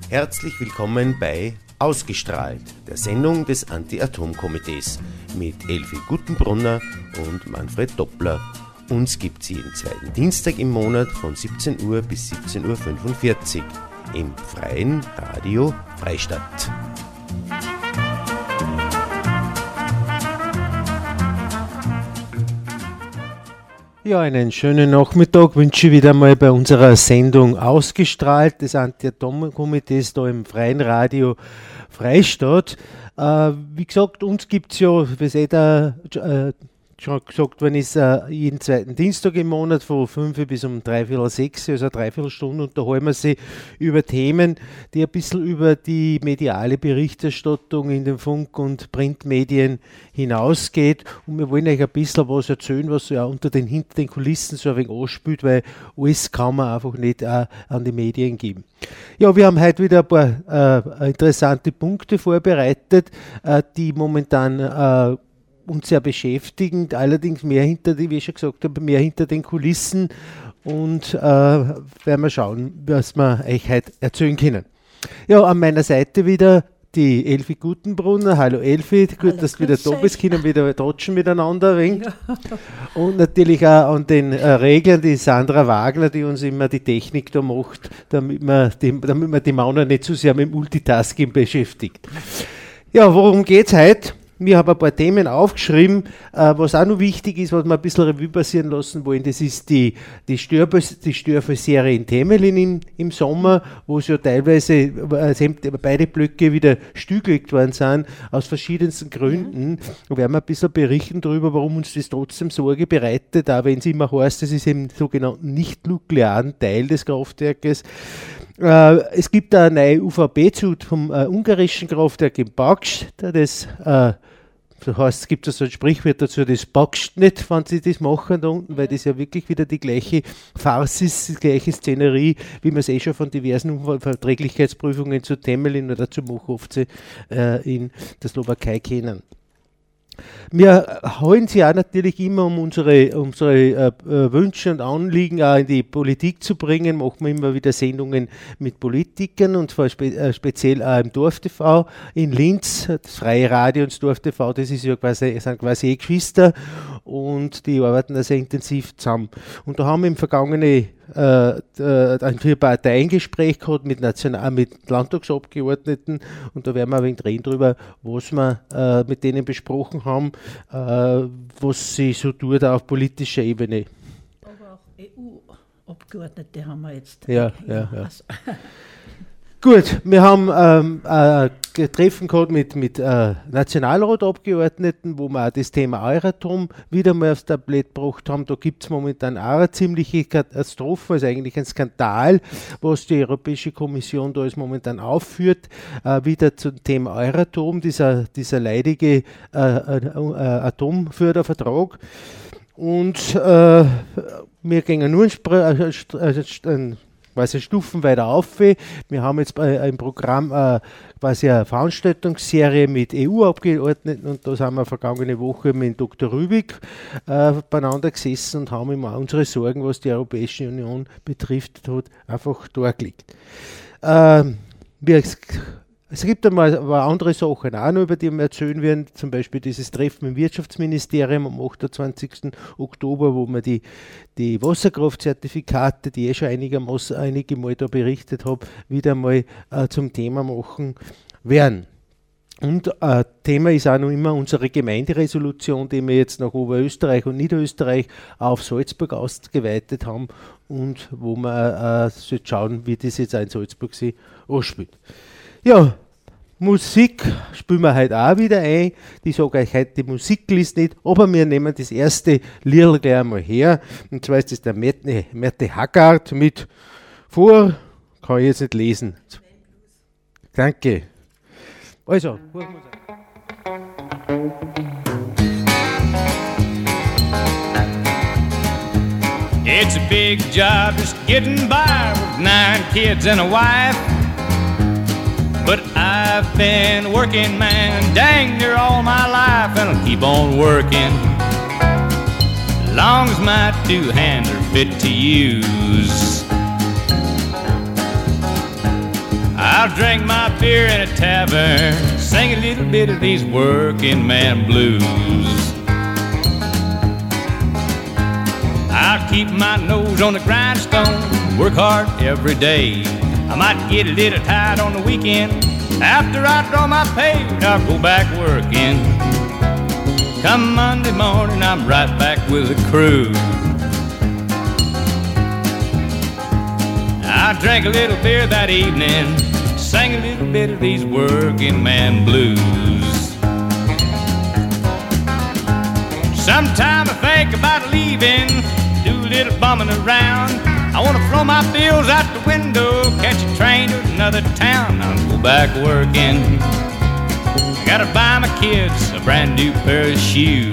Herzlich willkommen bei Ausgestrahlt, der Sendung des Anti-Atom-Komitees mit Elfi Guttenbrunner und Manfred Doppler. Uns gibt es jeden zweiten Dienstag im Monat von 17 Uhr bis 17.45 Uhr im freien Radio Freistadt. Ja, einen schönen Nachmittag wünsche ich wieder mal bei unserer Sendung Ausgestrahlt des Anti-Atom-Komitees da im freien Radio Freistadt. Wie gesagt, uns gibt es ja, wie seht ihr, schon gesagt worden ist, jeden zweiten Dienstag im Monat von 5 bis um 5:45, also eine Dreiviertelstunde, unterhalten wir sie über Themen, die ein bisschen über die mediale Berichterstattung in den Funk- und Printmedien hinausgeht. Und wir wollen euch ein bisschen was erzählen, was ja hinter den Kulissen so ein wenig anspielt, weil alles kann man einfach nicht an die Medien geben. Ja, wir haben heute wieder ein paar interessante Punkte vorbereitet, die momentan uns sehr beschäftigend, allerdings mehr hinter die, wie ich schon gesagt habe, mehr hinter den Kulissen, und werden wir schauen, was wir euch heute erzählen können. Ja, an meiner Seite wieder die Elfi Guttenbrunner. Hallo Elfi, gut, hallo, dass du wieder da bist, können wieder tratschen miteinander. Ja. Und natürlich auch an den Reglern die Sandra Wagner, die uns immer die Technik da macht, damit man die Mauner nicht zu sehr mit Multitasking beschäftigt. Ja, worum geht es heute? Wir haben ein paar Themen aufgeschrieben, was auch noch wichtig ist, was wir ein bisschen Revue passieren lassen wollen. Das ist die Störfallserie in Temelin im Sommer, wo es ja teilweise beide Blöcke wieder stillgelegt worden sind, aus verschiedensten Gründen. Da werden wir ein bisschen berichten darüber, warum uns das trotzdem Sorge bereitet, auch wenn es immer heißt, das ist im sogenannten nicht-nuklearen Teil des Kraftwerkes. Es gibt eine neue UVB-Zut vom ungarischen Kraftwerk in Bakst, das so heißt, es gibt so ein Sprichwort dazu, das packst nicht, wenn sie das machen da unten, weil das ja wirklich wieder die gleiche Farce ist, die gleiche Szenerie, wie man es schon von diversen Unfallverträglichkeitsprüfungen zu Temelin oder zu Mochovce in der Slowakei kennen. Wir holen sie auch natürlich immer, um unsere Wünsche und Anliegen auch in die Politik zu bringen, machen wir immer wieder Sendungen mit Politikern, und zwar speziell auch im Dorf-TV in Linz, das Freie Radio und das Dorf-TV, das ist ja sind quasi Geschwister, und die arbeiten da sehr intensiv zusammen. Und da haben wir im vergangenen ein Parteiengespräch gehabt mit Landtagsabgeordneten, und da werden wir ein wenig reden drüber, was wir mit denen besprochen haben, was sie so tut auf politischer Ebene. Aber auch EU-Abgeordnete haben wir jetzt. Ja. Also. Gut, wir haben ein Treffen gehabt mit Nationalratabgeordneten, wo wir auch das Thema Euratom wieder mal aufs Tablett gebracht haben. Da gibt es momentan auch eine ziemliche Katastrophe, also eigentlich ein Skandal, was die Europäische Kommission da jetzt momentan aufführt, wieder zum Thema Euratom, dieser leidige Atomfördervertrag. Und wir gehen nur quasi Stufen weiter auf. Wir haben jetzt ein Programm, quasi eine Veranstaltungsserie mit EU-Abgeordneten, und da sind wir vergangene Woche mit Dr. Rübig beieinander gesessen und haben immer unsere Sorgen, was die Europäische Union betrifft, einfach dargelegt. Es gibt einmal andere Sachen auch noch, über die wir erzählen werden, zum Beispiel dieses Treffen im Wirtschaftsministerium am 28. Oktober, wo wir die Wasserkraftzertifikate, die ich schon einige Mal da berichtet habe, wieder mal zum Thema machen werden. Und Thema ist auch noch immer unsere Gemeinderesolution, die wir jetzt nach Oberösterreich und Niederösterreich auf Salzburg ausgeweitet haben, und wo wir schauen, wie das jetzt auch in Salzburg sich anspielt. Ja, Musik spielen wir heute auch wieder ein. Ich sage euch heute die Musikliste nicht, aber wir nehmen das erste Lied gleich einmal her. Und zwar ist das der Mette Haggard mit kann ich jetzt nicht lesen. Danke. Also, hören wir uns an. It's a big job just getting by with 9 kids and a wife. But I've been working, man, dang near all my life, and I'll keep on working long as my 2 hands are fit to use. I'll drink my beer in a tavern, sing a little bit of these working man blues. I'll keep my nose on the grindstone, work hard every day. I might get a little tired on the weekend. After I draw my pay, I'll go back working. Come Monday morning, I'm right back with the crew. I drank a little beer that evening, sang a little bit of these working man blues. Sometime I think about leaving, do a little bumming around. I wanna throw my bills out the window, catch a train to another town. I'll go back working. I gotta buy my kids a brand new pair of shoes.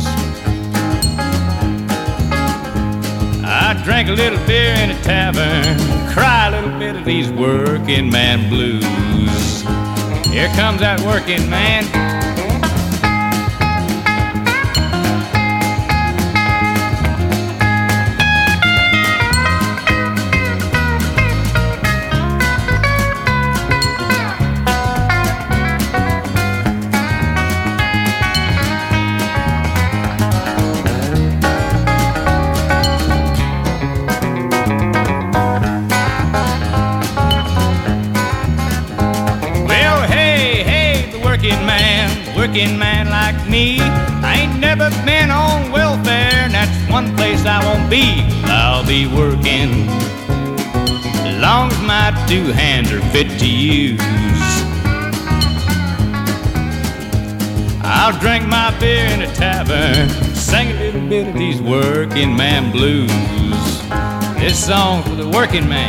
I drank a little beer in a tavern, cry a little bit of these working man blues. Here comes that working man. Working man like me, I ain't never been on welfare, and that's one place I won't be. I'll be working as long as my two hands are fit to use. I'll drink my beer in a tavern, sing a little bit of these working man blues. This song's for the working man.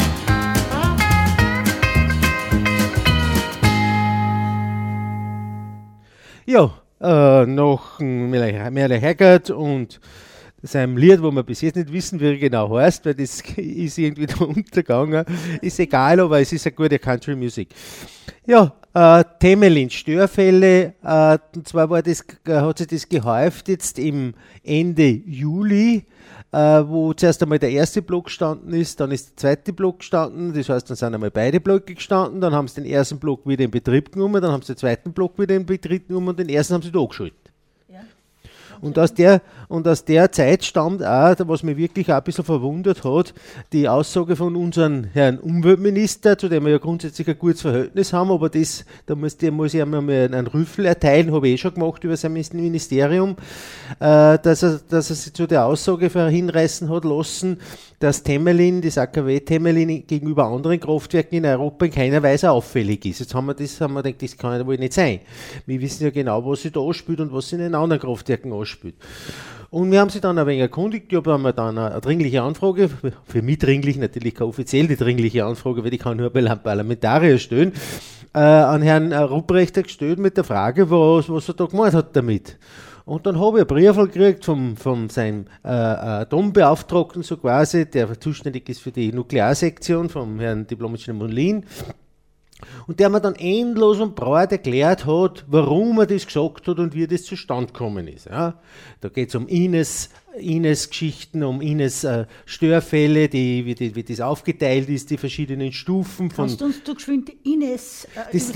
Ja, nach Merle Haggard und seinem Lied, wo wir bis jetzt nicht wissen, wie er genau heißt, weil das ist irgendwie da untergegangen. Ist egal, aber es ist eine gute Country Music. Ja, Temelin, Störfälle, und zwar hat sich das gehäuft jetzt im Ende Juli, wo zuerst einmal der erste Block gestanden ist, dann ist der zweite Block gestanden, das heißt, dann sind einmal beide Blöcke gestanden, dann haben sie den ersten Block wieder in Betrieb genommen, dann haben sie den zweiten Block wieder in Betrieb genommen und den ersten haben sie da angeschaltet. Ja. Und aus der Zeit stammt auch, was mich wirklich auch ein bisschen verwundert hat, die Aussage von unserem Herrn Umweltminister, zu dem wir ja grundsätzlich ein gutes Verhältnis haben, aber da muss ich einmal einen Rüffel erteilen, habe ich schon gemacht über sein Ministerium, dass er sich zu der Aussage hinreißen hat lassen, dass Temelin, das AKW Temelin gegenüber anderen Kraftwerken in Europa in keiner Weise auffällig ist. Jetzt haben wir gedacht, das kann ja wohl nicht sein. Wir wissen ja genau, was sie da anspielt und was sie in den anderen Kraftwerken anspielt. Und wir haben sie dann ein wenig erkundigt, ich habe dann eine dringliche Anfrage, für mich dringlich, natürlich keine offizielle dringliche Anfrage, weil ich kann nur ein Parlamentarier stellen, an Herrn Rupprechter gestellt mit der Frage, was er da gemeint hat damit. Und dann habe ich einen Brief gekriegt von seinem Atombeauftragten, so quasi, der zuständig ist für die Nuklearsektion, vom Herrn Diplom-Ingenieur Molin. Und der mir dann endlos und breit erklärt hat, warum er das gesagt hat und wie das zustande gekommen ist. Ja. Da geht es um Ines-Geschichten, um Ines-Störfälle, wie das aufgeteilt ist, die verschiedenen Stufen von... Kannst du uns da geschwind Ines...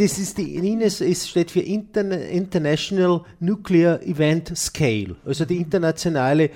Ines steht für International Nuclear Event Scale, also die internationale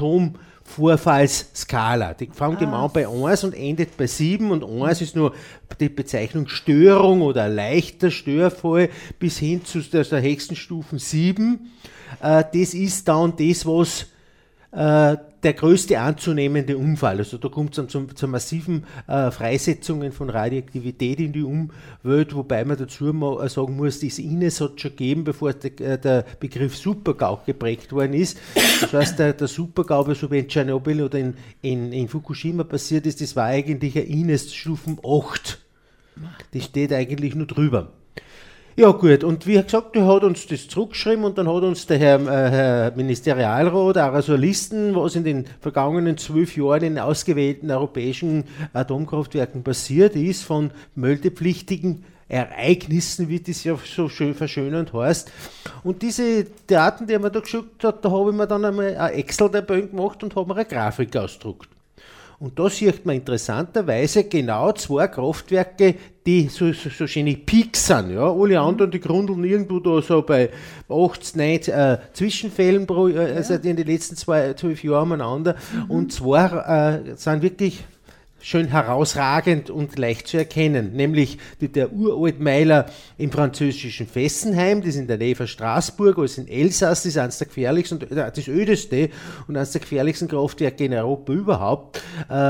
Atomvorfallsskala. Die fängt immer an bei 1 und endet bei 7 und 1 ist nur die Bezeichnung Störung oder leichter Störfall bis hin zu der höchsten Stufen 7. Das ist dann das, was der größte anzunehmende Unfall. Also da kommt es dann zu massiven Freisetzungen von Radioaktivität in die Umwelt, wobei man dazu mal sagen muss, das Ines hat schon gegeben, bevor der Begriff Supergau geprägt worden ist. Das heißt, der Supergau, so wie in Tschernobyl oder in Fukushima passiert ist, das war eigentlich ein Ines Stufen 8. Das steht eigentlich nur drüber. Ja gut, und wie gesagt, er hat uns das zurückgeschrieben und dann hat uns der Herr Ministerialrat auch so Listen, was in den vergangenen 12 Jahren in ausgewählten europäischen Atomkraftwerken passiert ist, von meldepflichtigen Ereignissen, wie das ja so schön verschönernd heißt. Und diese Daten, die er mir da geschickt hat, da habe ich mir dann einmal ein Excel dabei gemacht und habe mir eine Grafik ausgedruckt. Und da sieht man interessanterweise genau 2 Kraftwerke, die so schöne Peaks sind. Ja? Alle anderen, die grundeln irgendwo da so bei 8, 9 Zwischenfällen seit in den letzten 12 Jahren aneinander. Und 2 sind wirklich schön herausragend und leicht zu erkennen, nämlich der Uraltmeiler im französischen Fessenheim, das ist in der Nähe von Straßburg, also in Elsass, das ist eines der gefährlichsten, das ödeste und eines der gefährlichsten Kraftwerke in Europa überhaupt,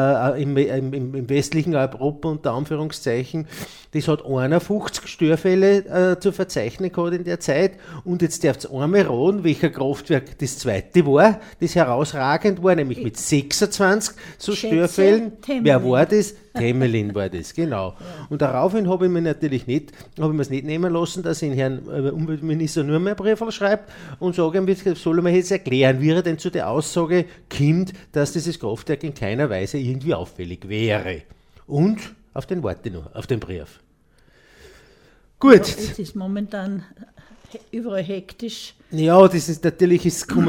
im westlichen Europa unter Anführungszeichen. Das hat 51 Störfälle zu verzeichnen gehabt in der Zeit, und jetzt darf ihr einmal raten, welcher Kraftwerk das zweite war, das herausragend war, nämlich mit 26 so Störfällen. Wer war das? Temelin war das, genau. Ja. Und daraufhin habe ich mir es nicht nehmen lassen, dass ich den Herrn Umweltminister nur mehr Briefel schreibt und sage, soll er mir jetzt erklären, wie er denn zu der Aussage kommt, dass dieses Kraftwerk in keiner Weise irgendwie auffällig wäre. Und auf den warte ich noch, auf den Brief. Gut. Ja, es ist momentan überall hektisch. Ja, das ist natürlich,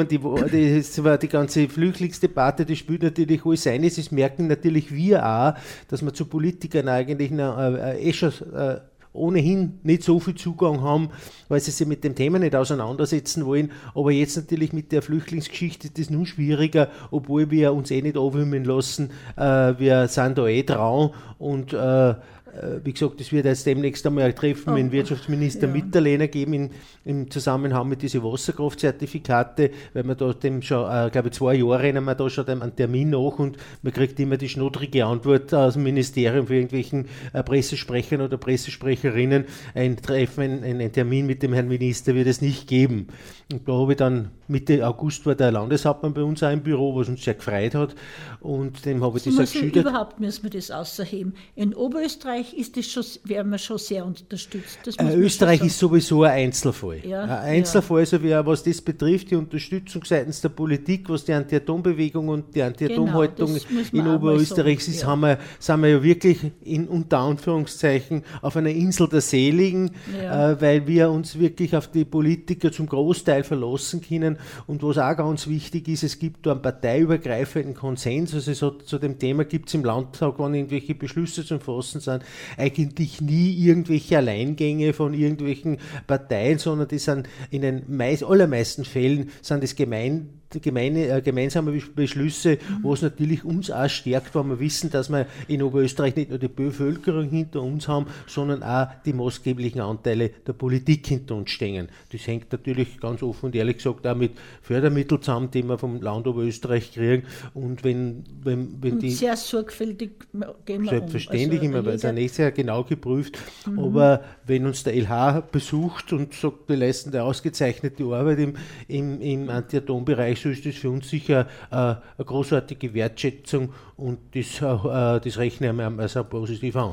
die ganze Flüchtlingsdebatte, die spielt natürlich alles ein. Das merken natürlich wir auch, dass wir zu Politikern eigentlich schon ohnehin nicht so viel Zugang haben, weil sie sich mit dem Thema nicht auseinandersetzen wollen. Aber jetzt natürlich mit der Flüchtlingsgeschichte ist das nun schwieriger, obwohl wir uns nicht abwimmeln lassen. Wir sind da dran und wie gesagt, es wird jetzt demnächst einmal ein Treffen mit dem Wirtschaftsminister Mitterlehner geben im Zusammenhang mit diesen Wasserkraftzertifikate, weil wir da dem schon, glaube ich, 2 Jahre rennen wir da schon einen Termin nach und man kriegt immer die schnottrige Antwort aus dem Ministerium für irgendwelchen Pressesprechern oder Pressesprecherinnen, ein Treffen, ein Termin mit dem Herrn Minister wird es nicht geben. Und da habe ich dann Mitte August war der Landeshauptmann bei uns auch im Büro, was uns sehr gefreut hat, und dem habe ich das geschildert. Überhaupt müssen wir das außerheben. In Oberösterreich ist das schon, werden wir schon sehr unterstützt. Österreich ist sowieso ein Einzelfall. Ja, ein Einzelfall, also was das betrifft, die Unterstützung seitens der Politik, was die Anti-Atom-Bewegung und die Anti-Atom-Haltung in Oberösterreich ist, sind wir ja wirklich unter Anführungszeichen auf einer Insel der Seligen, weil wir uns wirklich auf die Politiker zum Großteil verlassen können. Und was auch ganz wichtig ist, es gibt da einen parteiübergreifenden Konsens. Also zu dem Thema gibt es im Landtag, wenn irgendwelche Beschlüsse zum Fassen sind, eigentlich nie irgendwelche Alleingänge von irgendwelchen Parteien, sondern die sind in den allermeisten Fällen sind das gemeinsame Beschlüsse, was natürlich uns auch stärkt, weil wir wissen, dass wir in Oberösterreich nicht nur die Bevölkerung hinter uns haben, sondern auch die maßgeblichen Anteile der Politik hinter uns stehen. Das hängt natürlich ganz offen und ehrlich gesagt auch mit Fördermitteln zusammen, die wir vom Land Oberösterreich kriegen, und wenn die sehr sorgfältig gehen wir selbstverständlich immer, weil es ja nicht sehr genau geprüft, aber wenn uns der LH besucht und sagt, wir leisten eine ausgezeichnete Arbeit im Anti-Atom-Bereich, so ist das für uns sicher eine großartige Wertschätzung, und das rechnen wir als auch positiv an.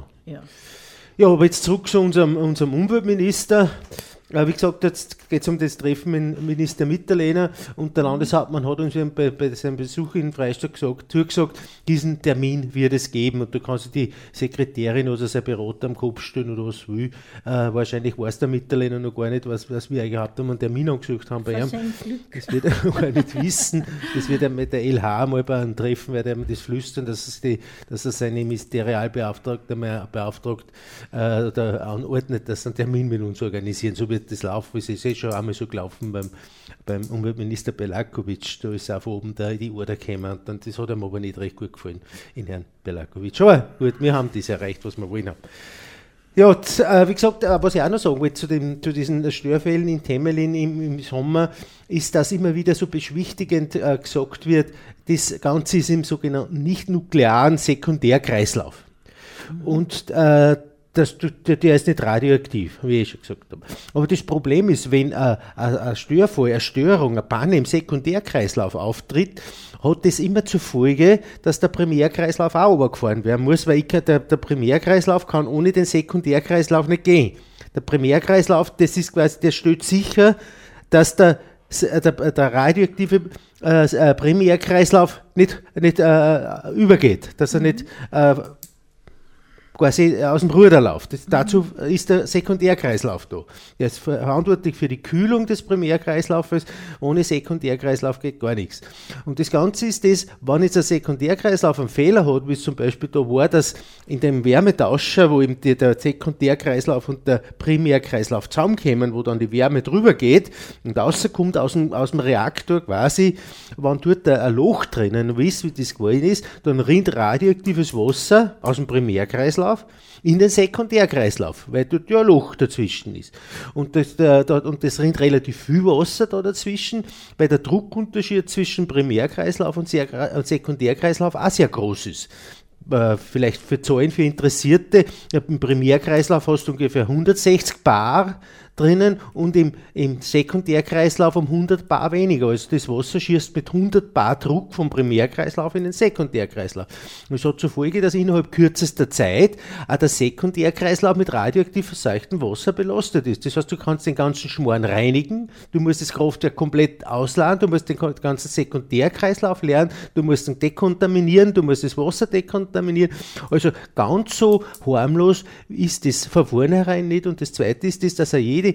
Ja, aber jetzt zurück zu unserem Umweltminister. Wie gesagt, jetzt geht es um das Treffen mit Minister Mitterlehner, und der Landeshauptmann hat uns bei seinem Besuch in Freistadt zugesagt, diesen Termin wird es geben, und da kann sich die Sekretärin oder sein Berater am Kopf stellen oder was will. Wahrscheinlich weiß der Mitterlehner noch gar nicht, was wir eigentlich gehabt haben, einen Termin angesucht haben bei ihm. Das wird er noch gar nicht wissen. Das wird er mit der LH mal bei einem Treffen, wird er ihm das flüstern, dass er seine Ministerialbeauftragte mal beauftragt oder anordnet, dass sie einen Termin mit uns organisieren. So wird das laufen. Es ist schon einmal so gelaufen beim Umweltminister Belakovic. Da ist auch von oben die Order gekommen, und das hat ihm aber nicht recht gut gefallen, in Herrn Belakovic. Aber gut, wir haben das erreicht, was wir wollen haben. Ja, wie gesagt, was ich auch noch sagen wollte zu diesen Störfällen in Temelin im Sommer, ist, dass immer wieder so beschwichtigend gesagt wird, das Ganze ist im sogenannten nicht-nuklearen Sekundärkreislauf. Und der ist nicht radioaktiv, wie ich schon gesagt habe. Aber das Problem ist, wenn eine Störfall, eine Störung, eine Panne im Sekundärkreislauf auftritt, hat das immer zur Folge, dass der Primärkreislauf auch runtergefahren werden muss, weil der Primärkreislauf kann ohne den Sekundärkreislauf nicht gehen. Der Primärkreislauf, das ist quasi, der stellt sicher, dass der radioaktive Primärkreislauf nicht übergeht, dass er nicht quasi aus dem Ruder läuft. Dazu ist der Sekundärkreislauf da. Der ist verantwortlich für die Kühlung des Primärkreislaufes. Ohne Sekundärkreislauf geht gar nichts. Und das Ganze ist das, wenn jetzt ein Sekundärkreislauf einen Fehler hat, wie es zum Beispiel da war, dass in dem Wärmetauscher, wo eben der Sekundärkreislauf und der Primärkreislauf zusammenkommen, wo dann die Wärme drüber geht und rauskommt aus dem Reaktor quasi, wenn dort ein Loch drinnen ist, wie das geworden ist, dann rinnt radioaktives Wasser aus dem Primärkreislauf in den Sekundärkreislauf, weil dort ja ein Loch dazwischen ist. Und das rinnt relativ viel Wasser da dazwischen, weil der Druckunterschied zwischen Primärkreislauf und Sekundärkreislauf auch sehr groß ist. Vielleicht für Zahlen, für Interessierte, im Primärkreislauf hast du ungefähr 160 Bar drinnen und im Sekundärkreislauf um 100 Bar weniger. Also das Wasser schießt mit 100 Bar Druck vom Primärkreislauf in den Sekundärkreislauf. Und das hat zur Folge, dass innerhalb kürzester Zeit auch der Sekundärkreislauf mit radioaktiv verseuchtem Wasser belastet ist. Das heißt, du kannst den ganzen Schmarrn reinigen, du musst das Kraftwerk komplett ausladen, du musst den ganzen Sekundärkreislauf leeren, du musst ihn dekontaminieren, du musst das Wasser dekontaminieren. Also ganz so harmlos ist das von vornherein nicht. Und das Zweite ist das, dass jede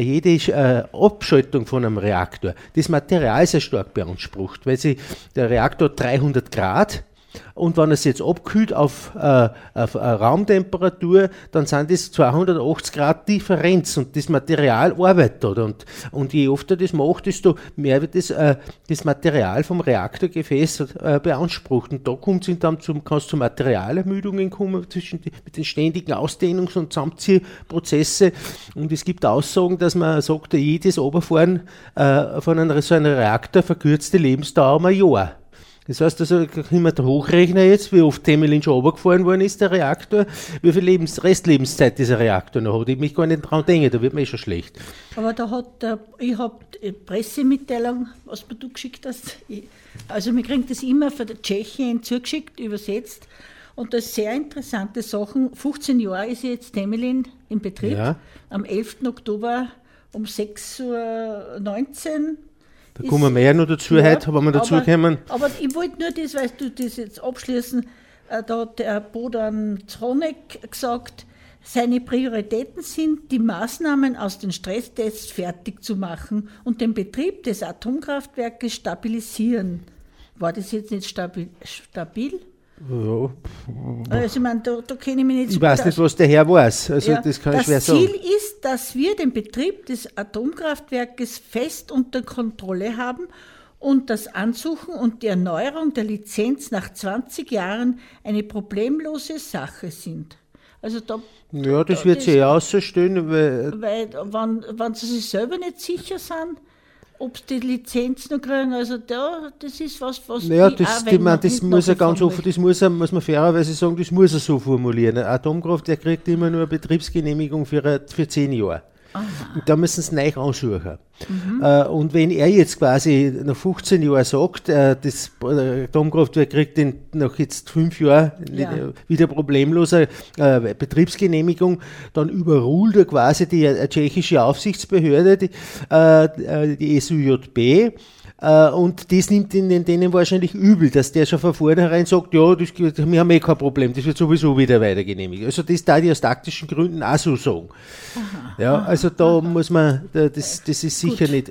Abschaltung von einem Reaktor das Material sehr stark beansprucht, weil der Reaktor hat 300 Grad und wenn er es jetzt abkühlt auf Raumtemperatur, dann sind das 280 Grad Differenz und das Material arbeitet dort. Und je öfter das macht, desto mehr wird das Material vom Reaktorgefäß beansprucht. Und da kommt es dann zu Materialermüdungen kommen, mit den ständigen Ausdehnungs- und Zusammenziehprozesse. Und es gibt Aussagen, dass man sagt, jedes Runterfahren von so einem Reaktor verkürzt die Lebensdauer um ein Jahr. Das heißt, also können wir da hochrechnen jetzt, wie oft Temelin schon runtergefahren worden ist, der Reaktor, wie viel Restlebenszeit dieser Reaktor noch hat. Ich mich gar nicht dran denken, da wird mir schon schlecht. Aber ich habe die Pressemitteilung, was du geschickt hast, also wir kriegen das immer von der Tschechien zugeschickt, übersetzt. Und das sehr interessante Sachen. 15 Jahre ist jetzt Temelin in Betrieb. Ja. Am 11. Oktober um 6.19 Uhr. Da kommen wir mehr noch dazu, ja, heute, wenn wir dazu kommen. Aber ich wollte nur das, weil du das jetzt abschließen, da hat der Bodan Zronek gesagt, seine Prioritäten sind, die Maßnahmen aus den Stresstests fertig zu machen und den Betrieb des Atomkraftwerkes stabilisieren. War das jetzt nicht stabil? Ja. Also ich meine, da kenne ich mich nicht so gut aus. Ich weiß nicht, was der Herr weiß. Also ja, das kann ich schwer sagen. Das Ziel ist, dass wir den Betrieb des Atomkraftwerkes fest unter Kontrolle haben und das Ansuchen und die Erneuerung der Lizenz nach 20 Jahren eine problemlose Sache sind. Also das wird sich ausstellen. Weil wenn sie sich selber nicht sicher sind, ob sie die Lizenz noch kriegen, also das ist was naja, das muss ja ganz offen, das muss man fairerweise sagen, das muss er so formulieren. Ein Atomkraftwerk kriegt immer nur eine Betriebsgenehmigung für 10 Jahre. Aha. Und da müssen sie neu ansuchen. Mhm. Und wenn er jetzt quasi nach 15 Jahren sagt, das Atomkraftwerk kriegt nach jetzt 5 Jahren wieder problemloser Betriebsgenehmigung, dann überrullt er quasi die tschechische Aufsichtsbehörde, die SUJB. Und das nimmt denen wahrscheinlich übel, dass der schon von vornherein sagt, ja, wir haben kein Problem, das wird sowieso wieder weiter genehmigt. Also das darf ich aus taktischen Gründen auch so sagen. Aha, ja, also da muss man, das ist sicher nicht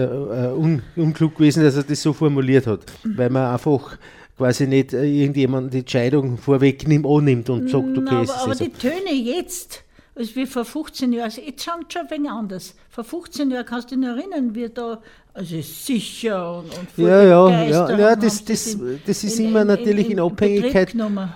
unklug gewesen, dass er das so formuliert hat, weil man einfach quasi nicht irgendjemand die Entscheidung annimmt und sagt, okay, es ist aber die Töne jetzt, also wie vor 15 Jahren, also jetzt schaut schon ein wenig anders. Vor 15 Jahren kannst du dich noch erinnern, wie da, also sicher und voll ja, das ist immer natürlich in Abhängigkeit,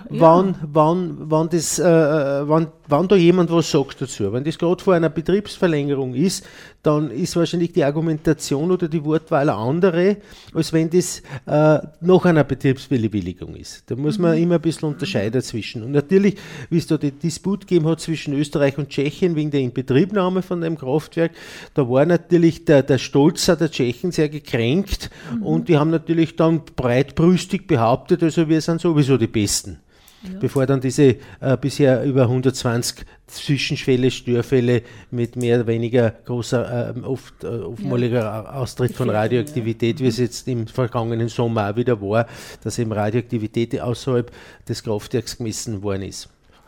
wann da jemand was sagt dazu. Wenn das gerade vor einer Betriebsverlängerung ist, dann ist wahrscheinlich die Argumentation oder die Wortwahl eine andere, als wenn das nach einer Betriebsbewilligung ist. Da muss man immer ein bisschen unterscheiden dazwischen. Und natürlich, wie es da den Disput gegeben hat zwischen Österreich und Tschechien wegen der Inbetriebnahme von dem Kraftwerk, da war natürlich der Stolz der Tschechen sehr gekränkt und die haben natürlich dann breitbrüstig behauptet, also wir sind sowieso die Besten. Ja. Bevor dann diese bisher über 120 Störfälle mit mehr oder weniger großer, oftmaliger Austritt von Radioaktivität, wie es jetzt im vergangenen Sommer auch wieder war, dass eben Radioaktivität außerhalb des Kraftwerks gemessen worden ist.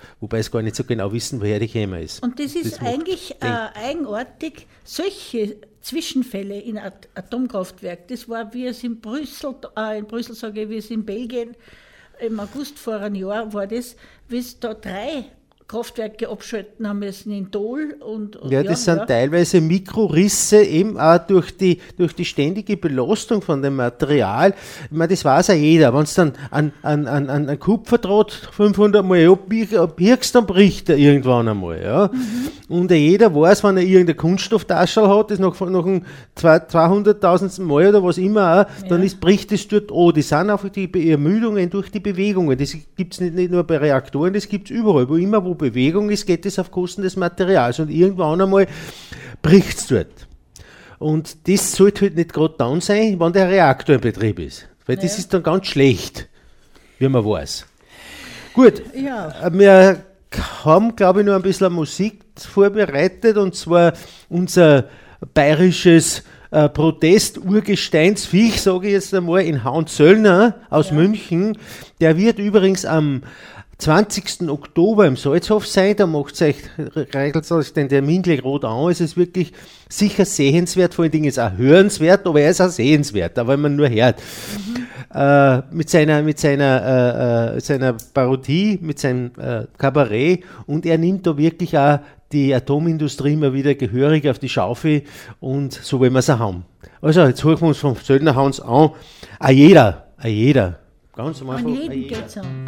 wobei es gar nicht so genau wissen, woher die gekommen ist. Und das ist eigentlich eigenartig, solche Zwischenfälle in Atomkraftwerk. Das war, wie es in Brüssel sage ich, wie es in Belgien im August vor einem Jahr war das, wie es da 3 Kraftwerke abschalten haben müssen in Dol und das sind teilweise Mikrorisse, eben auch durch die ständige Belastung von dem Material. Ich meine, das weiß ja jeder. Wenn du dann an Kupferdraht 500 Mal abbiegst, dann bricht er irgendwann einmal. Ja? Und jeder weiß, wenn er irgendeine Kunststofftasche hat, das nach einem 200.000. Mal oder was immer auch, dann bricht es dort an. Das sind einfach die Ermüdungen durch die Bewegungen. Das gibt es nicht nur bei Reaktoren, das gibt es überall. Wo Bewegung ist, geht es auf Kosten des Materials und irgendwann einmal bricht es dort. Und das sollte halt nicht gerade dann sein, wenn der Reaktor in Betrieb ist. Weil das ist dann ganz schlecht, wie man weiß. Gut, wir haben, glaube ich, noch ein bisschen Musik vorbereitet, und zwar unser bayerisches Protest-Urgesteinsviech, sage ich jetzt einmal, in Hans Söllner aus München. Der wird übrigens am 20. Oktober im Salzhof sein, da macht es euch den Termin gleich rot an. Es ist wirklich sicher sehenswert, vor allen Dingen ist er auch hörenswert, aber er ist auch sehenswert, aber wenn man nur hört. Mit seiner Parodie, mit seinem Kabarett, und er nimmt da wirklich auch die Atomindustrie immer wieder gehörig auf die Schaufel, und so wollen wir es auch haben. Also, jetzt holen wir uns vom Söllner Hans an. A jeder. Ganz am Anfang. An jeden geht's an.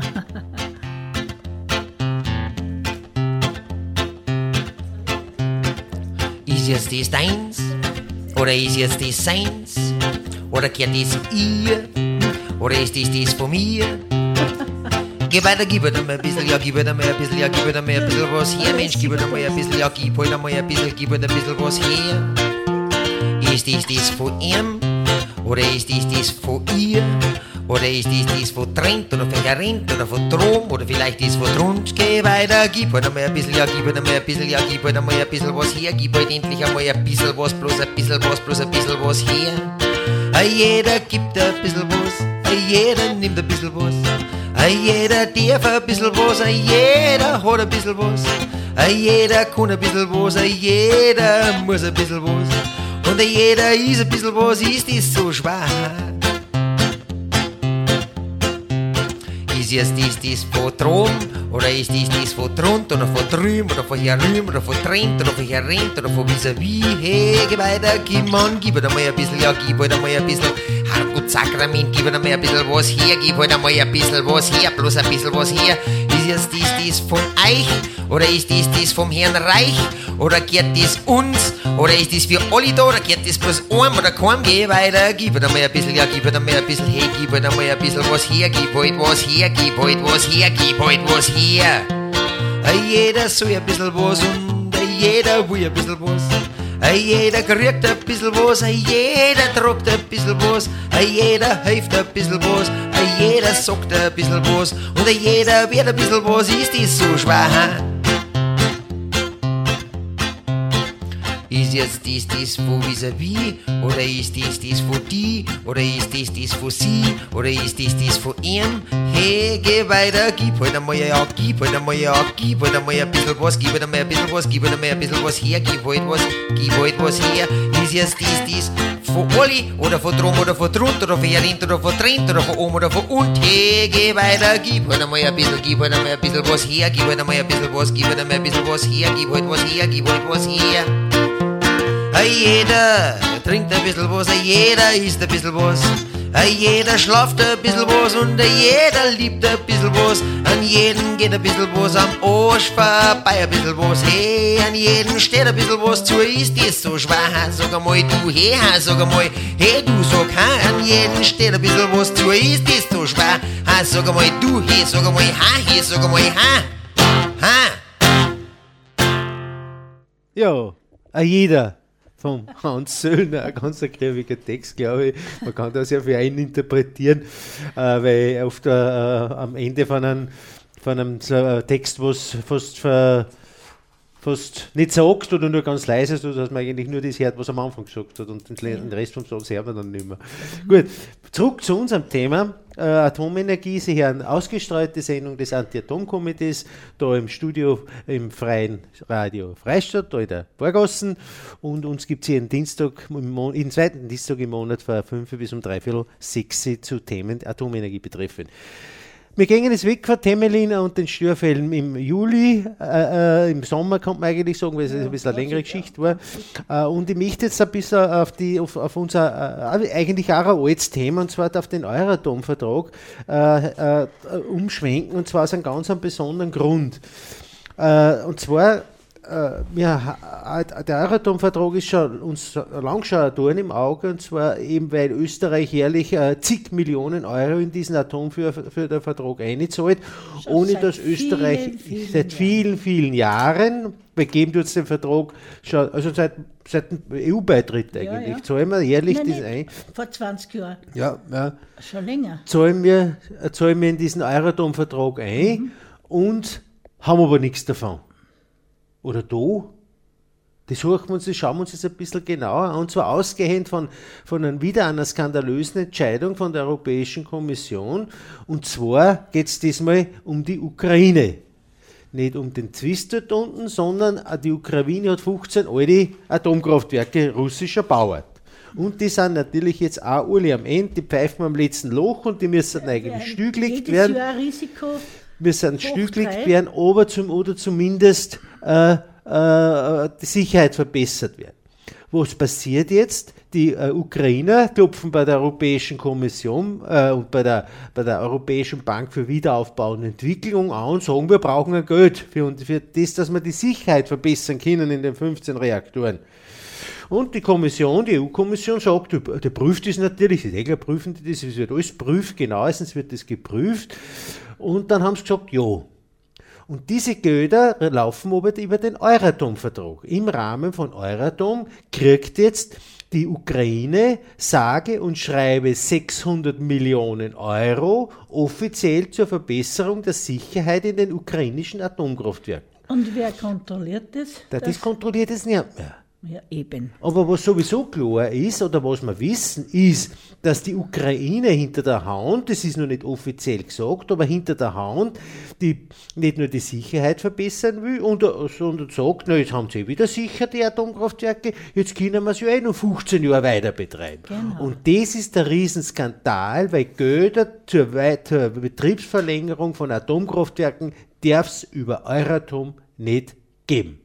Ist jetzt das deins? Oder ist jetzt das seins? Oder gehört das ihr? Oder ist das von mir? Geh weiter, gib halt einmal ein bisschen, ja, gib halt einmal ein bisschen, ja, gib halt einmal ein bisschen was her. Mensch, gib halt einmal ein bisschen, ja, gib halt einmal ein bisschen, gib halt ein bisschen was her. Ist das von ihm? Oder ist das von ihr? Oder ist das von Trent oder von Gerent oder von Trom oder vielleicht ist von Trunsch? Geh weiter, gib halt einmal ein bisschen, ja, gib halt einmal ein bisschen, ja, gib halt einmal ein bisschen was her, gib halt endlich einmal ein bisschen was, bloß ein bisschen was her. Jeder gibt ein bisschen was, jeder nimmt ein bisschen was, jeder darf ein bisschen was, jeder hat ein bisschen was, jeder kann ein bisschen was, jeder muss ein bisschen was, und jeder ist ein bisschen was, ist das so schwer? Ist jetzt das von Trom, oder ist das von Trunt, oder von drüben, oder von herüben, oder von Trent, oder von herrent, oder von vis-à-vis? Hey, geh weiter, gib man, gib halt einmal ein bisschen, ja, gib halt einmal ein bisschen, Herrgott Sakrament, gib halt einmal ein bisschen was her, gib halt einmal ein bisschen was her, bloß ein bisschen was her. Ist jetzt das von euch, oder ist das vom Herrn Reich, oder gehört das uns, oder ist das für alle da, oder gehört das bloß einem oder keinem? Geh weiter, gib halt einmal ein bisschen, ja, gib halt einmal ein bisschen, hey, gib halt einmal ein bisschen was her, gib halt was her, gib halt was her, gib halt was her. Jeder soll ein bisschen was und jeder will ein bisschen was. Jeder kriegt ein bisschen was, jeder tragt ein bisschen was, jeder hilft ein bisschen was, jeder sagt ein bisschen was, und jeder wird ein bisschen was, ist das so schwer? Ist jetzt das von vis-à-vis, oder ist das von die, oder ist das von sie, oder ist das von ihm? Hey, geh weiter, gib halt einmal ja, gib halt einmal ja, gib halt einmal ein bisschen was, gib halt einmal ein bisschen was, gib halt einmal ein bisschen was her, gib halt was her. Ist jetzt das von alle, oder von drum, oder von drunter, oder von herrent, oder von Trent, oder von oben, oder von und? Hey, geh weiter, gib halt einmal ein bisschen, gib halt einmal ein bisschen was her, gib halt einmal ein bisschen was, gib halt einmal ein bisschen was her, gib halt was her, gib halt was her. Jeder trinkt ein bisschen was, jeder isst ein bisschen was, jeder schlaft ein bisschen was, und jeder liebt ein bisschen was, an jeden geht ein bisschen was am Arsch vorbei, ein bisschen was, hey, an jeden steht ein bisschen was zu, ist das so schwer? Sag einmal du, hey, sag einmal, hey du, sag, an jeden steht ein bisschen was zu, ist das so schwer? Sag einmal du, hey, sag einmal, hey, sag einmal, Ja, jeder. Vom Hans Söllner, ein ganz kräftiger Text, glaube ich. Man kann das ja für einen interpretieren, weil oft am Ende von einem Text, was fast fast nicht sagt oder nur ganz leise, sodass man eigentlich nur das hört, was am Anfang gesagt hat und den Rest vom Satz hört man dann nicht mehr. Gut, zurück zu unserem Thema. Atomenergie. Sie hören ausgestrahlte Sendung des Anti-Atom-Komitees, da im Studio im Freien Radio Freistadt, da in der Borgassen. Und uns gibt es jeden Dienstag, jeden zweiten Dienstag im Monat von 5 bis um 5:45 zu Themen Atomenergie betreffend. Wir gehen jetzt weg von Temelin und den Störfällen im Juli, im Sommer kann man eigentlich sagen, weil es ein bisschen eine längere Geschichte war. Und ich möchte jetzt ein bisschen auf unser eigentlich auch ein altes Thema, und zwar auf den Euratom-Vertrag umschwenken, und zwar aus einem ganz besonderen Grund. Und zwar der Euratom-Vertrag ist uns lang schon ein Dorn im Auge, und zwar eben, weil Österreich jährlich zig Millionen Euro in diesen Atomfördervertrag einzahlt, ohne dass Österreich seit vielen Jahren, begeben tut es den Vertrag schon, also seit dem EU-Beitritt eigentlich, zahlen wir jährlich das ein. Vor 20 Jahren. Ja. Schon länger. Zahlen wir in diesen Euratom-Vertrag ein und haben aber nichts davon. Oder da, das schauen wir uns jetzt ein bisschen genauer an, und zwar ausgehend von wieder einer skandalösen Entscheidung von der Europäischen Kommission, und zwar geht es diesmal um die Ukraine. Nicht um den Zwist dort unten, sondern die Ukraine hat 15 alte Atomkraftwerke russischer Bauart. Und die sind natürlich jetzt auch alle am Ende, die pfeifen am letzten Loch und die müssen eigentlich stillgelegt werden. Jahr Risiko. Wir sind stillgelegt werden, aber zumindest die Sicherheit verbessert werden. Was passiert jetzt? Die Ukrainer klopfen bei der Europäischen Kommission und bei der Europäischen Bank für Wiederaufbau und Entwicklung an und sagen, wir brauchen ein Geld für das, dass wir die Sicherheit verbessern können in den 15 Reaktoren. Und die EU-Kommission sagt, die prüft das natürlich, die Regler prüfen das, es wird alles prüft, genauestens wird das geprüft. Und dann haben sie gesagt, ja. Und diese Gelder laufen aber über den Euratom-Vertrag. Im Rahmen von Euratom kriegt jetzt die Ukraine sage und schreibe 600 Millionen Euro offiziell zur Verbesserung der Sicherheit in den ukrainischen Atomkraftwerken. Und wer kontrolliert das? Das kontrolliert es nicht mehr. Ja, eben. Aber was sowieso klar ist, oder was wir wissen, ist, dass die Ukraine hinter der Hand, das ist noch nicht offiziell gesagt, aber hinter der Hand, die nicht nur die Sicherheit verbessern will, sondern sagt, na, jetzt haben sie wieder sicher die Atomkraftwerke, jetzt können wir sie ja noch 15 Jahre weiter betreiben. Genau. Und das ist der Riesenskandal, weil Gelder zur Betriebsverlängerung von Atomkraftwerken darf es über Euratom nicht geben.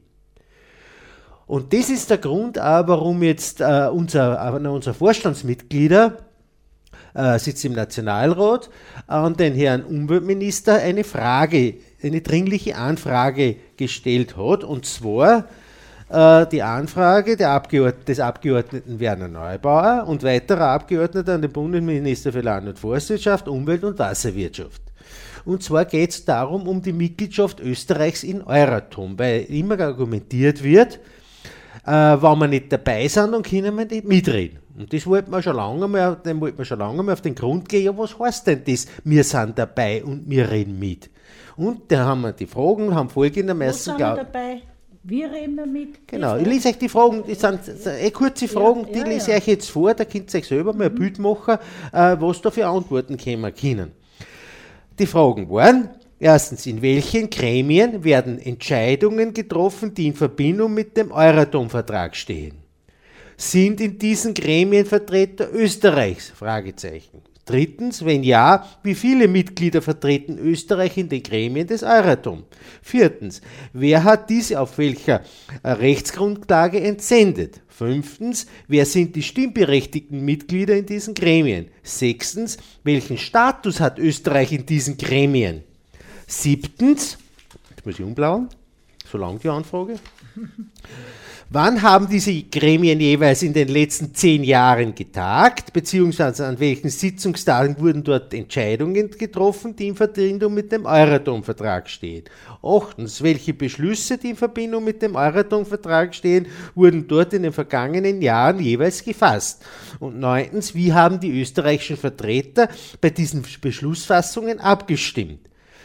Und das ist der Grund auch, warum jetzt unser Vorstandsmitglieder sitzt im Nationalrat, an den Herrn Umweltminister eine dringliche Anfrage gestellt hat, und zwar die Anfrage des Abgeordneten Werner Neubauer und weiterer Abgeordneter an den Bundesminister für Land- und Forstwirtschaft, Umwelt- und Wasserwirtschaft. Und zwar geht es darum, um die Mitgliedschaft Österreichs in Euratom, weil immer argumentiert wird, wenn wir nicht dabei sind, dann können wir nicht mitreden. Und das wollten wir schon lange mal auf den Grund gehen, ja, was heißt denn das? Wir sind dabei und wir reden mit. Und da haben wir die Fragen, haben folgendermaßen dabei? Wir reden damit. Genau, ich lese euch die Fragen, das sind kurze Fragen, die lese ich euch jetzt vor, da könnt ihr euch selber mal ein Bild machen, was da für Antworten kommen können. Die Fragen waren: Erstens, in welchen Gremien werden Entscheidungen getroffen, die in Verbindung mit dem Euratom-Vertrag stehen? Sind in diesen Gremien Vertreter Österreichs? Fragezeichen. Drittens, wenn ja, wie viele Mitglieder vertreten Österreich in den Gremien des Euratom? Viertens, wer hat diese auf welcher Rechtsgrundlage entsendet? Fünftens, wer sind die stimmberechtigten Mitglieder in diesen Gremien? Sechstens, welchen Status hat Österreich in diesen Gremien? Siebtens, jetzt muss ich umblauen, so lang die Anfrage. Wann haben diese Gremien jeweils in den letzten 10 Jahren getagt, beziehungsweise an welchen Sitzungstagen wurden dort Entscheidungen getroffen, die in Verbindung mit dem Euratom-Vertrag stehen? Achtens, welche Beschlüsse, die in Verbindung mit dem Euratom-Vertrag stehen, wurden dort in den vergangenen Jahren jeweils gefasst? Und neuntens, wie haben die österreichischen Vertreter bei diesen Beschlussfassungen abgestimmt?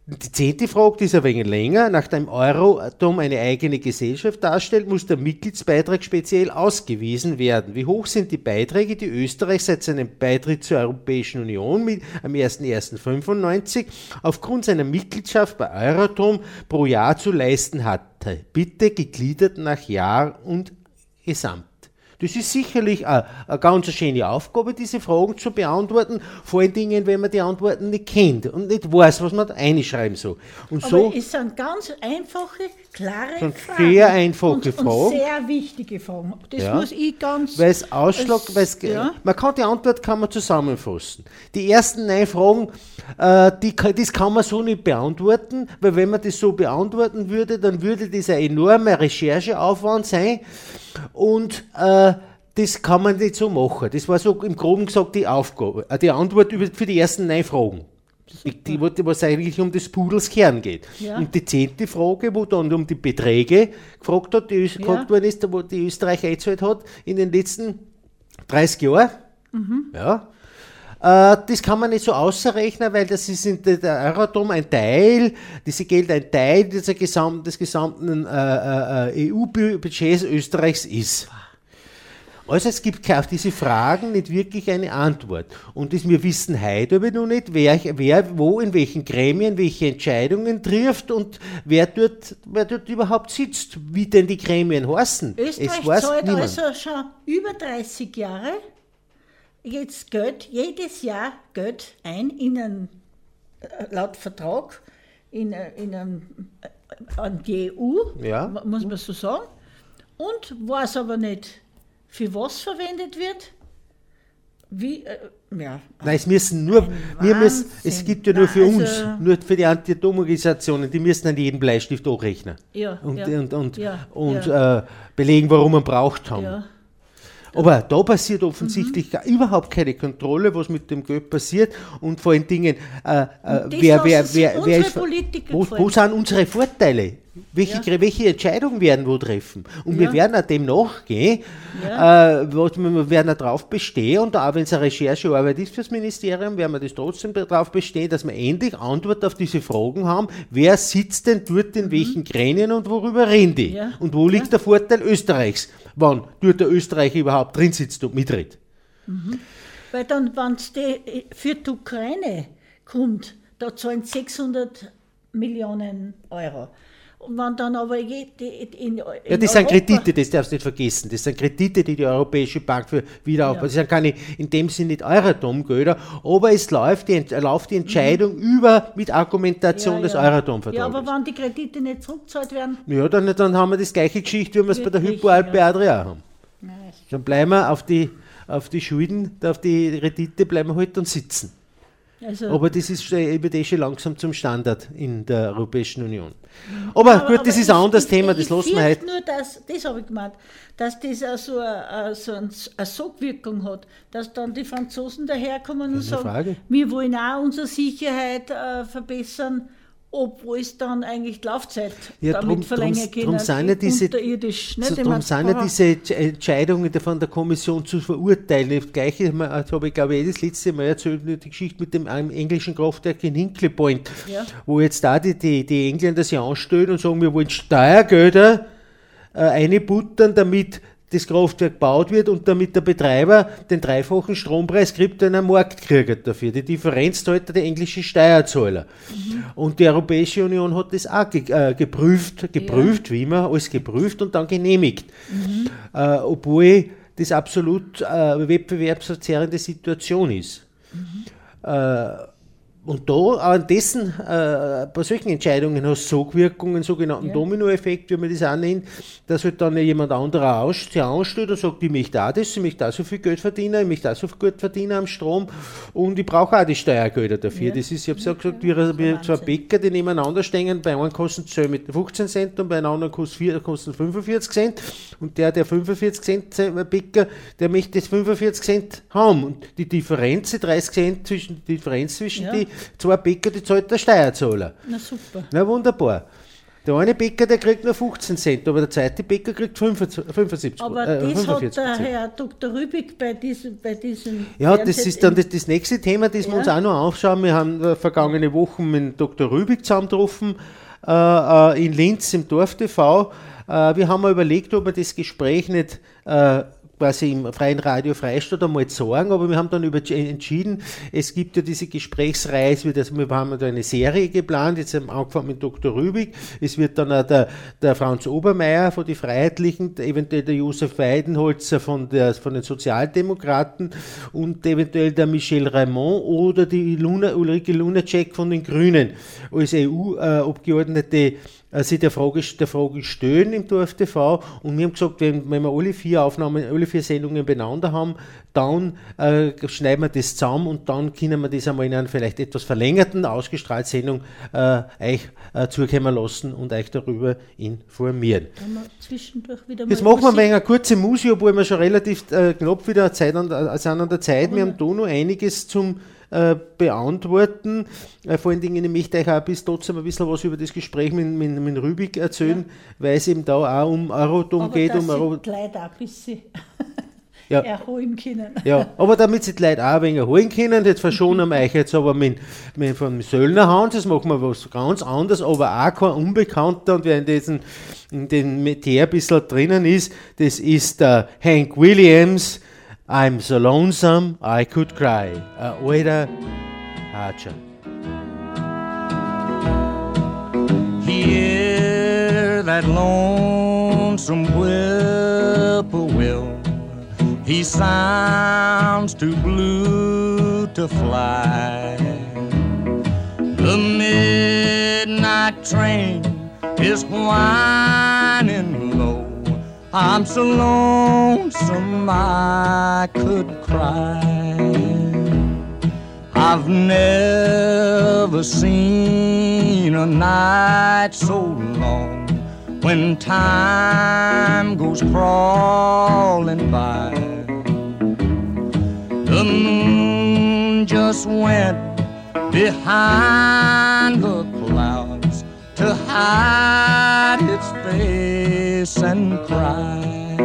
Die 10. Frage, die ist ein wenig länger. Nachdem Euratom eine eigene Gesellschaft darstellt, muss der Mitgliedsbeitrag speziell ausgewiesen werden. Wie hoch sind die Beiträge, die Österreich seit seinem Beitritt zur Europäischen Union am 01.01.95 aufgrund seiner Mitgliedschaft bei Euratom pro Jahr zu leisten hatte? Bitte gegliedert nach Jahr und Gesamt. Das ist sicherlich eine ganz schöne Aufgabe, diese Fragen zu beantworten, vor allen Dingen, wenn man die Antworten nicht kennt und nicht weiß, was man da reinschreiben soll. Und aber es sind ganz einfache, klare Fragen. Sehr einfache Fragen. Und sehr wichtige Fragen. Das muss ich ganz... Weil es man kann die Antwort zusammenfassen. Die ersten 9 Fragen, das kann man so nicht beantworten, weil wenn man das so beantworten würde, dann würde das ein enormer Rechercheaufwand sein. Und das kann man nicht so machen. Das war so im Groben gesagt die Aufgabe, die Antwort für die ersten 9 Fragen. Die was eigentlich um des Pudels Kern geht. Ja. Und die 10. Frage, wo dann um die Beträge gefragt worden ist, wo die Österreich eingezahlt hat in den letzten 30 Jahren. Ja. Das kann man nicht so ausrechnen, weil das ist in der Euratom ein Teil, diese Geld ein Teil des gesamten EU-Budgets Österreichs ist. Also es gibt auf diese Fragen nicht wirklich eine Antwort. Und wir wissen heute aber noch nicht, wer wo in welchen Gremien welche Entscheidungen trifft und wer dort überhaupt sitzt, wie denn die Gremien heißen. Österreich zahlt also schon über 30 Jahre jetzt jedes Jahr Geld ein, laut Vertrag an die EU, muss man so sagen, und weiß aber nicht, für was verwendet wird. Nein, es gibt ja nur für uns, nur für die Anti-Atom-Organisationen, die müssen an jeden Bleistift hochrechnen und belegen, warum man braucht haben. Ja. Aber da passiert offensichtlich überhaupt keine Kontrolle, was mit dem Geld passiert wo sind unsere Vorteile? Welche Entscheidungen werden wo treffen? Und wir werden auch dem nachgehen, wir werden auch darauf bestehen, und auch wenn es eine Recherchearbeit ist fürs Ministerium, werden wir das trotzdem darauf bestehen, dass wir endlich Antwort auf diese Fragen haben, wer sitzt denn dort in welchen Gremien und worüber reden die? Ja. Und wo liegt der Vorteil Österreichs, wann dort der Österreicher überhaupt drin sitzt und mitredet? Weil dann, wenn es für die Ukraine kommt, da zahlen 600 Millionen Euro. Und wenn dann aber das sind Kredite, das darfst du nicht vergessen. Das sind Kredite, die Europäische Bank für Wiederaufbau, das sind keine, in dem Sinne nicht Euratom-Gelder, aber es läuft die Entscheidung über mit Argumentation des Euratom-Vertrags. Ja, aber wenn die Kredite nicht zurückgezahlt werden? Ja, dann haben wir das gleiche Geschichte, wie wir es bei der Hypo-Alpe Adria haben. Dann bleiben wir auf die Schulden, auf die Kredite bleiben wir halt dann sitzen. Also, aber das ist schon langsam zum Standard in der Europäischen Union. Aber gut, das ist ein anderes Thema, das lassen wir heute. Nur, das habe ich gemeint, dass das auch eine Sogwirkung hat, dass dann die Franzosen daherkommen und sagen, wir wollen auch unsere Sicherheit verbessern, obwohl es dann eigentlich die Laufzeit damit verlängern können. Darum sind ja diese Entscheidungen von der Kommission zu verurteilen. Das Gleiche habe ich, glaube ich, das letzte Mal erzählt, die Geschichte mit dem englischen Kraftwerk in Hinkley Point, wo jetzt da die Engländer sich anstellen und sagen, wir wollen Steuergelder einbuttern, damit das Kraftwerk gebaut wird und damit der Betreiber den 3-fachen Strompreis kriegt, den er am Markt kriegt dafür. Die Differenz zahlt der englische Steuerzahler. Und die Europäische Union hat das auch geprüft, wie immer, alles geprüft und dann genehmigt. Obwohl das absolut wettbewerbsverzerrende Situation ist. Und da an dessen, bei solchen Entscheidungen hast du Sogwirkungen, sogenannten Dominoeffekt, wie man das auch nennt, dass halt dann jemand anderer sich anstellt und sagt, ich möchte auch das, ich möchte auch so viel Geld verdienen, ich möchte auch so viel Geld verdienen am Strom und ich brauche auch die Steuergelder dafür. Das ist, ich habe es ja gesagt, wie zwei Bäcker, die nebeneinander stehen, bei einem kosten 12 mit 15 Cent und bei einem anderen kosten 45 Cent und der 45 Cent Bäcker, der möchte das 45 Cent haben und die Differenz, die 30 Cent zwischen die zwei Bäcker, die zahlt der Steuerzahler. Na super. Na wunderbar. Der eine Bäcker, der kriegt nur 15 Cent, aber der zweite Bäcker kriegt 75. Aber das hat der Cent. Herr Dr. Rübig bei diesem Ja, das ist dann das nächste Thema, das wir uns auch noch anschauen. Wir haben vergangene Wochen mit Dr. Rübig zusammengetroffen in Linz im Dorf TV. Wir haben mal überlegt, ob wir das Gespräch nicht quasi im Freien Radio Freistadt einmal sagen, aber wir haben dann entschieden, es gibt ja diese Gesprächsreihe, wir haben da eine Serie geplant, jetzt haben wir angefangen mit Dr. Rübig, es wird dann auch der Franz Obermeier von den Freiheitlichen, eventuell der Josef Weidenholzer von den Sozialdemokraten und eventuell der Michel Raymond oder die Ulrike Lunacek von den Grünen als EU-Abgeordnete sich der Frage stellen im Dorf TV, und wir haben gesagt, wenn wir alle 4 Sendungen beieinander haben, dann schneiden wir das zusammen und dann können wir das einmal in einer vielleicht etwas verlängerten, ausgestrahlten Sendung euch zukommen lassen und euch darüber informieren. Jetzt machen wir eine kurze Musik, obwohl wir schon relativ knapp wieder sind an der Zeit. Wir haben da noch einiges zum beantworten. Vor allen Dingen, ich möchte euch auch trotzdem ein bisschen was über das Gespräch mit Rübig erzählen, weil es eben da auch um Euratom geht. Aber dass die Leute auch ein bisschen erholen können. Ja, aber damit sie die Leute auch ein wenig erholen können, jetzt verschonen wir euch jetzt aber von Söllner Hans, das machen wir was ganz anderes, aber auch kein Unbekannter, und wer in den Metier ein bisschen drinnen ist, das ist der Hank Williams. I'm so lonesome I could cry. Ein alter Hatscher. Hear that lonesome whippoorwill. He sounds too blue to fly. The midnight train is whining low. I'm so lonesome I could cry. I've never seen a night so long when time goes crawling by. The moon just went behind the clouds to hide its face and cry.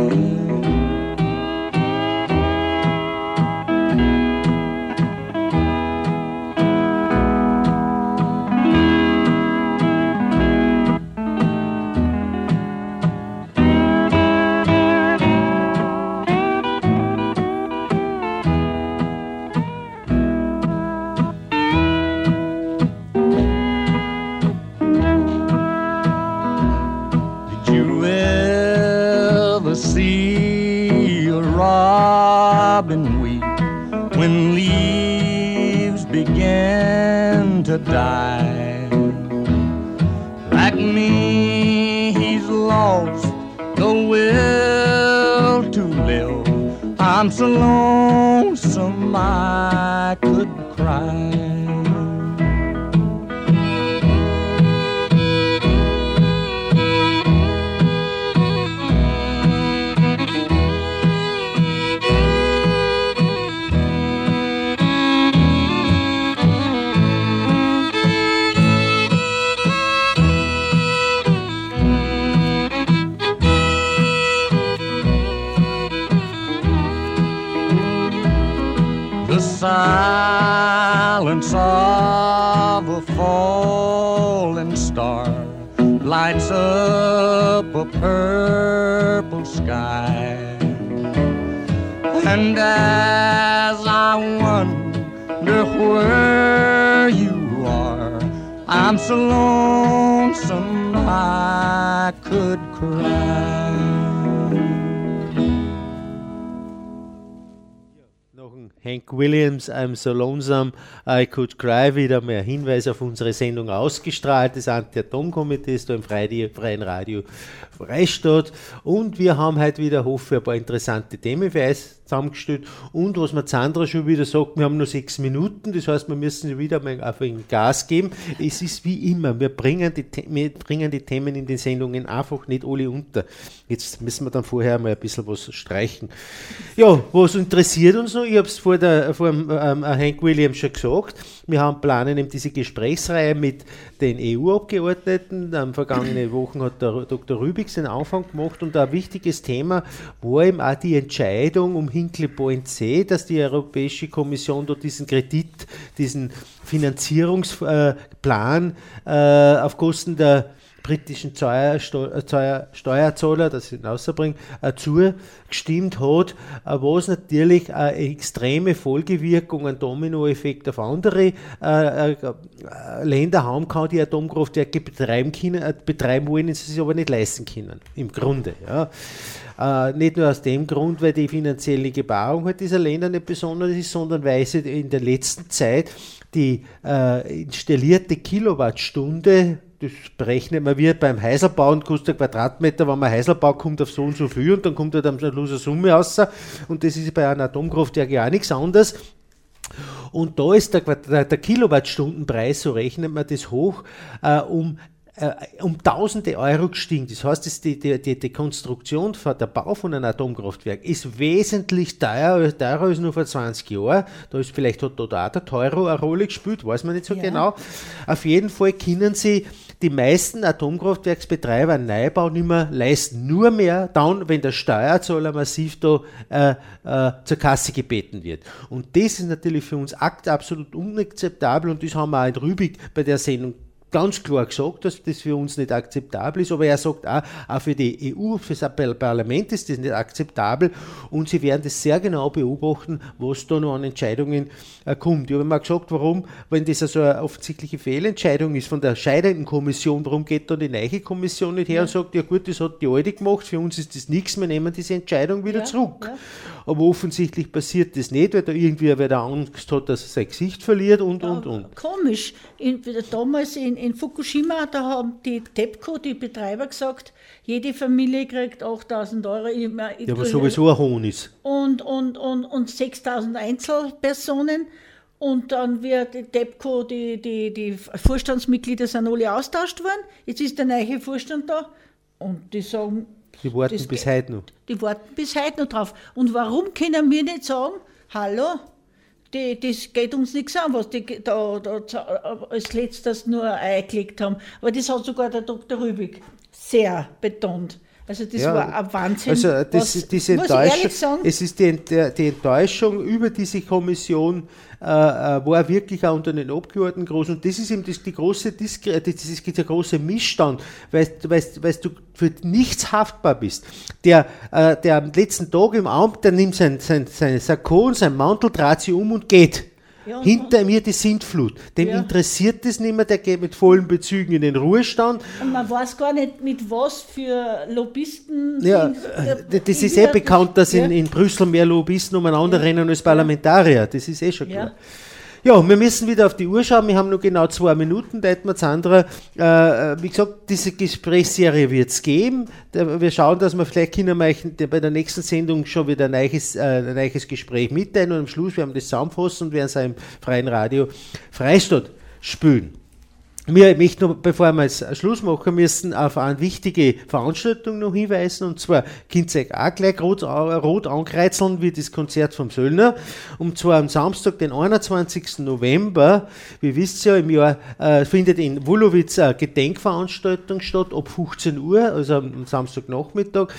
Robin weep when leaves begin to die. Like me, he's lost the will to live. I'm so lonesome I could cry. Silence of a falling star lights up a purple sky, and as I wonder where you are, I'm so lonesome I could cry. Hank Williams, I'm so lonesome I could cry, wieder mehr Hinweis auf unsere Sendung ausgestrahlt, des Anti-Atom-Komitees da im Freien Radio Freistadt, und wir haben heute wieder, hoffe ich, ein paar interessante Themen für euch zusammengestellt, und was mir Sandra schon wieder sagt, wir haben nur 6 Minuten, das heißt, wir müssen wieder mal auf ein Gas geben. Es ist wie immer, wir bringen die Themen in den Sendungen einfach nicht alle unter. Jetzt müssen wir dann vorher mal ein bisschen was streichen. Ja, was interessiert uns noch? Ich habe es vor Hank Williams schon gesagt, wir planen eben diese Gesprächsreihe mit den EU-Abgeordneten. Vergangene Wochen hat der Dr. Rübig den Anfang gemacht und ein wichtiges Thema war eben auch die Entscheidung um Hinkley Point C, dass die Europäische Kommission dort diesen Kredit, diesen Finanzierungsplan auf Kosten der britischen Steuerzahler, das ich hinausbringe, zugestimmt hat, was natürlich eine extreme Folgewirkung, einen Dominoeffekt auf andere Länder haben kann, die Atomkraftwerke betreiben wollen, sie sich aber nicht leisten können, im Grunde. Ja. Nicht nur aus dem Grund, weil die finanzielle Gebarung halt dieser Länder nicht besonders ist, sondern weil sie in der letzten Zeit die installierte Kilowattstunde, das berechnet man wie beim Häuselbauen, kostet ein Quadratmeter, wenn man Häuselbau kommt auf so und so viel und dann kommt halt am Schluss eine Summe raus und das ist bei einem Atomkraftwerk ja auch nichts anderes. Und da ist der Kilowattstundenpreis, so rechnet man das hoch, um tausende Euro gestiegen. Das heißt, die Konstruktion, der Bau von einem Atomkraftwerk ist wesentlich teurer als nur vor 20 Jahren. Da ist vielleicht hat dort auch der Euro eine Rolle gespielt, weiß man nicht so genau. Auf jeden Fall können sie die meisten Atomkraftwerksbetreiber einen Neubau nicht mehr leisten. Nur mehr dann, wenn der Steuerzahler massiv da zur Kasse gebeten wird. Und das ist natürlich für uns absolut unakzeptabel und das haben wir auch in Rübig bei der Sendung ganz klar gesagt, dass das für uns nicht akzeptabel ist, aber er sagt auch für die EU, für das Parlament ist das nicht akzeptabel und sie werden das sehr genau beobachten, was da noch an Entscheidungen kommt. Ich habe mal gesagt, warum, wenn das also eine offensichtliche Fehlentscheidung ist von der scheidenden Kommission, warum geht da die neue Kommission nicht her und sagt, ja gut, das hat die alte gemacht, für uns ist das nichts, wir nehmen diese Entscheidung wieder zurück. Ja. Aber offensichtlich passiert das nicht, weil da irgendwie wer da Angst hat, dass er sein Gesicht verliert und. Komisch. Damals in Fukushima, da haben die TEPCO, die Betreiber, gesagt, jede Familie kriegt 8.000 Euro. Ja, aber sowieso ein Hohn ist. Und 6.000 Einzelpersonen. Und dann wird die TEPCO, die Vorstandsmitglieder sind alle austauscht worden. Jetzt ist der neue Vorstand da und die sagen, die warten bis heute noch. Die warten bis heute noch drauf. Und warum können wir nicht sagen, hallo, das geht uns nichts an, was die da als letztes nur eingelegt haben. Aber das hat sogar der Dr. Rübig sehr betont. Also das war ein Wahnsinn. Also diese Enttäuschung, es ist die Enttäuschung über diese Kommission war wirklich auch unter den Abgeordneten groß und das ist eben der große Missstand, weil du für nichts haftbar bist. Der am letzten Tag im Amt, der nimmt sein Sakko und sein Mantel, dreht sich um und geht. Ja, hinter mir die Sintflut. Dem interessiert das nicht mehr, der geht mit vollen Bezügen in den Ruhestand. Und man weiß gar nicht, mit was für Lobbyisten. Ja, das ist bekannt, dass in Brüssel mehr Lobbyisten umeinander rennen als Parlamentarier. Das ist schon klar. Ja, wir müssen wieder auf die Uhr schauen. Wir haben noch genau 2 Minuten, da hätten wir Sandra. Wie gesagt, diese Gesprächsserie wird es geben. Wir schauen, dass wir vielleicht bei der nächsten Sendung schon wieder ein neues Gespräch mitteilen und am Schluss werden wir das zusammenfassen und werden es im Freien Radio Freistadt spielen. Wir möchten noch, bevor wir jetzt Schluss machen müssen, auf eine wichtige Veranstaltung noch hinweisen, und zwar könnt ihr euch auch gleich rot ankreuzeln wie das Konzert vom Söllner, und zwar am Samstag, den 21. November, wie wisst ihr, im Jahr findet in Wulowitz eine Gedenkveranstaltung statt, ab 15 Uhr, also am Samstagnachmittag.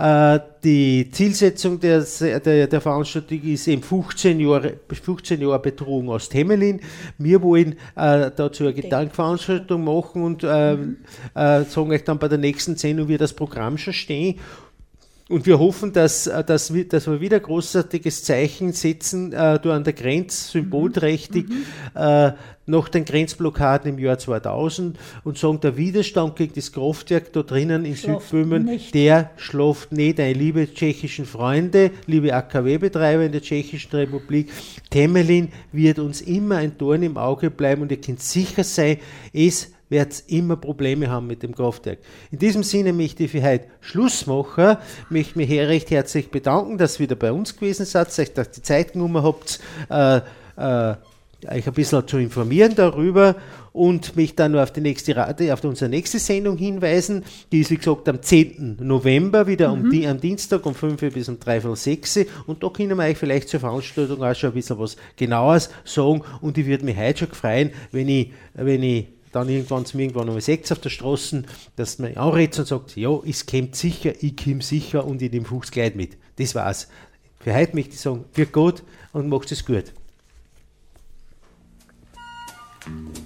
Die Zielsetzung der Veranstaltung ist eben 15 Jahre Bedrohung aus Temelin. Wir wollen dazu eine Gedenkveranstaltung machen und sagen euch dann bei der nächsten Sendung, wie das Programm schon stehen. Und wir hoffen, dass wir wieder großartiges Zeichen setzen, da an der Grenze, symbolträchtig, nach den Grenzblockaden im Jahr 2000 und sagen, der Widerstand gegen das Kraftwerk da drinnen in Südböhmen, der schläft nicht ein. Liebe tschechischen Freunde, liebe AKW-Betreiber in der Tschechischen Republik, Temelin wird uns immer ein Dorn im Auge bleiben und ihr könnt sicher sein, es wird immer Probleme haben mit dem Kraftwerk. In diesem Sinne möchte ich für heute Schluss machen. Ich möchte mich recht herzlich bedanken, dass ihr wieder bei uns gewesen seid, dass ihr die Zeit genommen habt, euch ein bisschen zu informieren darüber und mich dann nur auf auf unsere nächste Sendung hinweisen. Die ist, wie gesagt, am 10. November, wieder am Dienstag um 5 Uhr bis um 3:06 Uhr. Und da können wir euch vielleicht zur Veranstaltung auch schon ein bisschen was Genaues sagen. Und ich würde mich heute schon freuen, wenn ich dann irgendwann einmal seht auf der Straße, dass man anredet und sagt, ja, es kommt sicher, ich komme sicher und ich nehme Fuchskleid mit. Das war's. Für heute möchte ich sagen, für Gott und macht es gut.